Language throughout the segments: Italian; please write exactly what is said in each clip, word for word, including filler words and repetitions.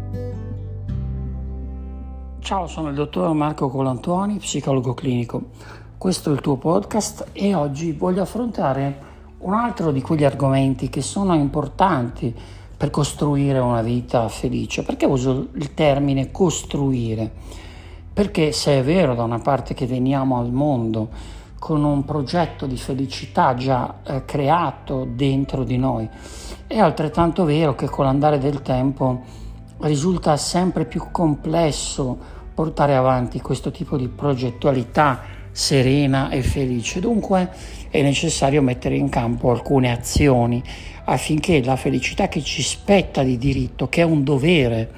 Ciao, sono il dottor Marco Colantuoni, psicologo clinico. Questo è il tuo podcast e oggi voglio affrontare un altro di quegli argomenti che sono importanti per costruire una vita felice. Perché uso il termine costruire? Perché se è vero da una parte che veniamo al mondo con un progetto di felicità già eh, creato dentro di noi, è altrettanto vero che con l'andare del tempo risulta sempre più complesso portare avanti questo tipo di progettualità serena e felice. Dunque è necessario mettere in campo alcune azioni affinché la felicità che ci spetta di diritto, che è un dovere,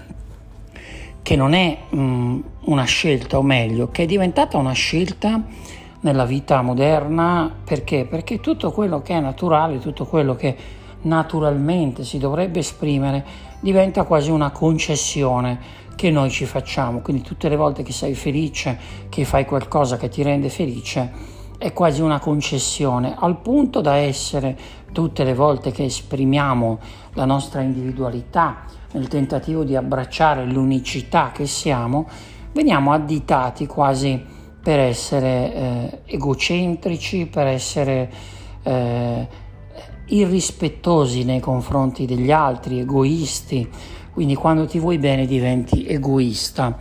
che non è mh, una scelta, o meglio, che è diventata una scelta nella vita moderna. Perché? Perché tutto quello che è naturale, tutto quello che naturalmente si dovrebbe esprimere, diventa quasi una concessione che noi ci facciamo. Quindi tutte le volte che sei felice, che fai qualcosa che ti rende felice, è quasi una concessione, al punto da essere, tutte le volte che esprimiamo la nostra individualità nel tentativo di abbracciare l'unicità che siamo, veniamo additati quasi per essere eh, egocentrici, per essere eh, irrispettosi nei confronti degli altri, egoisti. Quindi quando ti vuoi bene diventi egoista.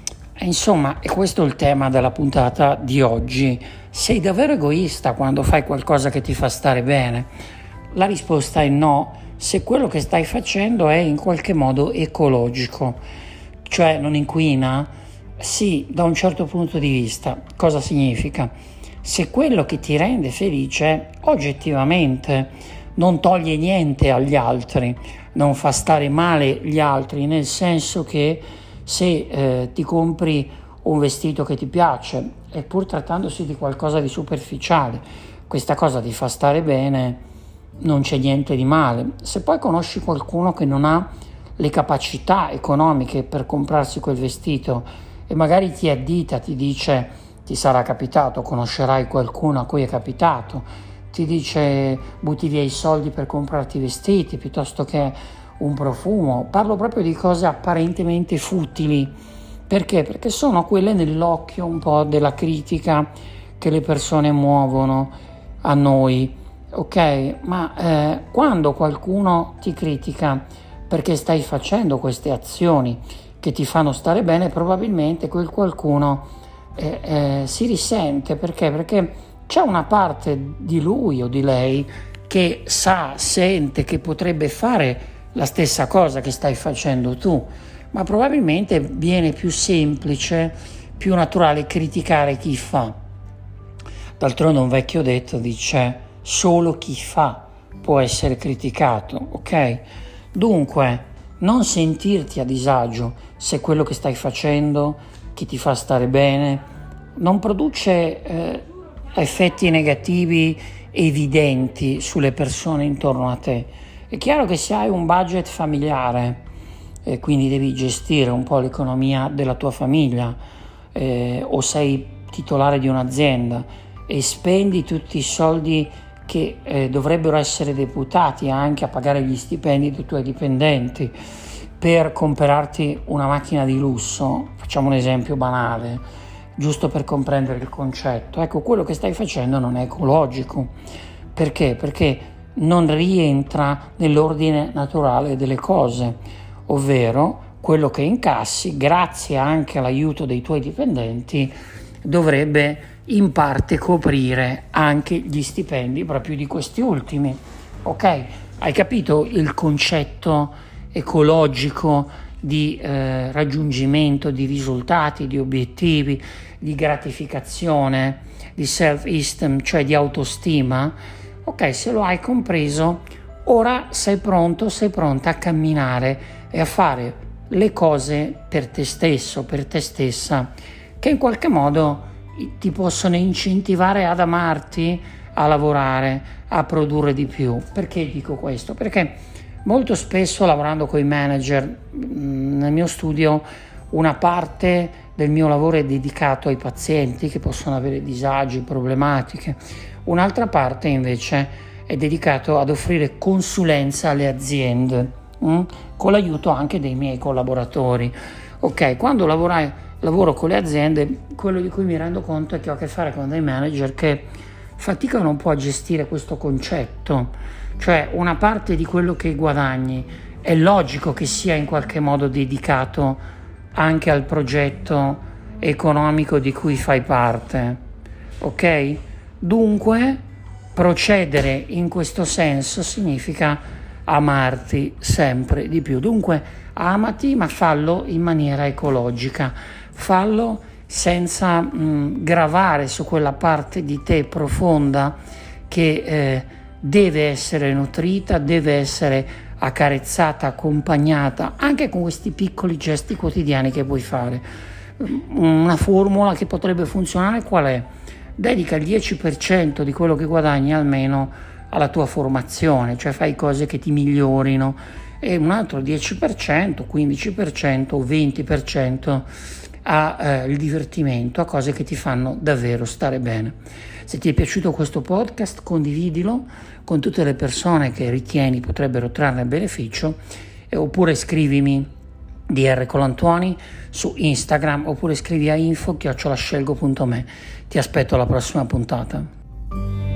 E insomma, è questo il tema della puntata di oggi. Sei davvero egoista quando fai qualcosa che ti fa stare bene? La risposta è no, se quello che stai facendo è in qualche modo ecologico, cioè non inquina. Sì, da un certo punto di vista. Cosa significa? Se quello che ti rende felice oggettivamente non toglie niente agli altri, non fa stare male gli altri, nel senso che se eh, ti compri un vestito che ti piace e pur trattandosi di qualcosa di superficiale, questa cosa ti fa stare bene, non c'è niente di male. Se poi conosci qualcuno che non ha le capacità economiche per comprarsi quel vestito e magari ti addita, ti dice ti sarà capitato, conoscerai qualcuno a cui è capitato, ti dice butti via i soldi per comprarti i vestiti piuttosto che un profumo, parlo proprio di cose apparentemente futili. Perché? Perché sono quelle nell'occhio un po' della critica che le persone muovono a noi, ok? Ma eh, quando qualcuno ti critica perché stai facendo queste azioni che ti fanno stare bene, probabilmente quel qualcuno eh, eh, si risente. Perché? Perché c'è una parte di lui o di lei che sa, sente che potrebbe fare la stessa cosa che stai facendo tu, ma probabilmente viene più semplice, più naturale criticare chi fa. D'altronde un vecchio detto dice: solo chi fa può essere criticato, ok? Dunque, non sentirti a disagio se quello che stai facendo, che ti fa stare bene, non produce eh, effetti negativi evidenti sulle persone intorno a te. È chiaro che se hai un budget familiare e quindi devi gestire un po' l'economia della tua famiglia, eh, o sei titolare di un'azienda e spendi tutti i soldi che eh, dovrebbero essere deputati anche a pagare gli stipendi dei tuoi dipendenti per comprarti una macchina di lusso, facciamo un esempio banale, giusto per comprendere il concetto. Ecco, quello che stai facendo non è ecologico. Perché? Perché non rientra nell'ordine naturale delle cose, ovvero quello che incassi, grazie anche all'aiuto dei tuoi dipendenti, dovrebbe in parte coprire anche gli stipendi proprio di questi ultimi. Ok? Hai capito il concetto ecologico di eh, raggiungimento di risultati, di obiettivi, di gratificazione, di self-esteem, cioè di autostima? Ok, se lo hai compreso, ora sei pronto, sei pronta a camminare e a fare le cose per te stesso, per te stessa, che in qualche modo ti possono incentivare ad amarti, a lavorare, a produrre di più. Perché dico questo? Perché molto spesso, lavorando con i manager nel mio studio, una parte del mio lavoro è dedicato ai pazienti che possono avere disagi, problematiche. Un'altra parte invece è dedicato ad offrire consulenza alle aziende, mh? con l'aiuto anche dei miei collaboratori. Ok, quando lavorai, lavoro con le aziende, quello di cui mi rendo conto è che ho a che fare con dei manager che faticano un po' a gestire questo concetto, cioè una parte di quello che guadagni è logico che sia in qualche modo dedicato anche al progetto economico di cui fai parte, ok? Dunque, procedere in questo senso significa amarti sempre di più. Dunque, amati, ma fallo in maniera ecologica, fallo senza mh, gravare su quella parte di te profonda che eh, deve essere nutrita, deve essere accarezzata, accompagnata anche con questi piccoli gesti quotidiani che puoi fare. Una formula che potrebbe funzionare qual è? Dedica il dieci per cento di quello che guadagni almeno alla tua formazione, cioè fai cose che ti migliorino, e un altro dieci per cento, quindici per cento o venti per cento a eh, il divertimento, a cose che ti fanno davvero stare bene. Se ti è piaciuto questo podcast, condividilo con tutte le persone che ritieni potrebbero trarne beneficio, eh, oppure scrivimi D R Colantuoni su Instagram, oppure scrivi a info chiocciola scelgo punto me. Ti aspetto alla prossima puntata.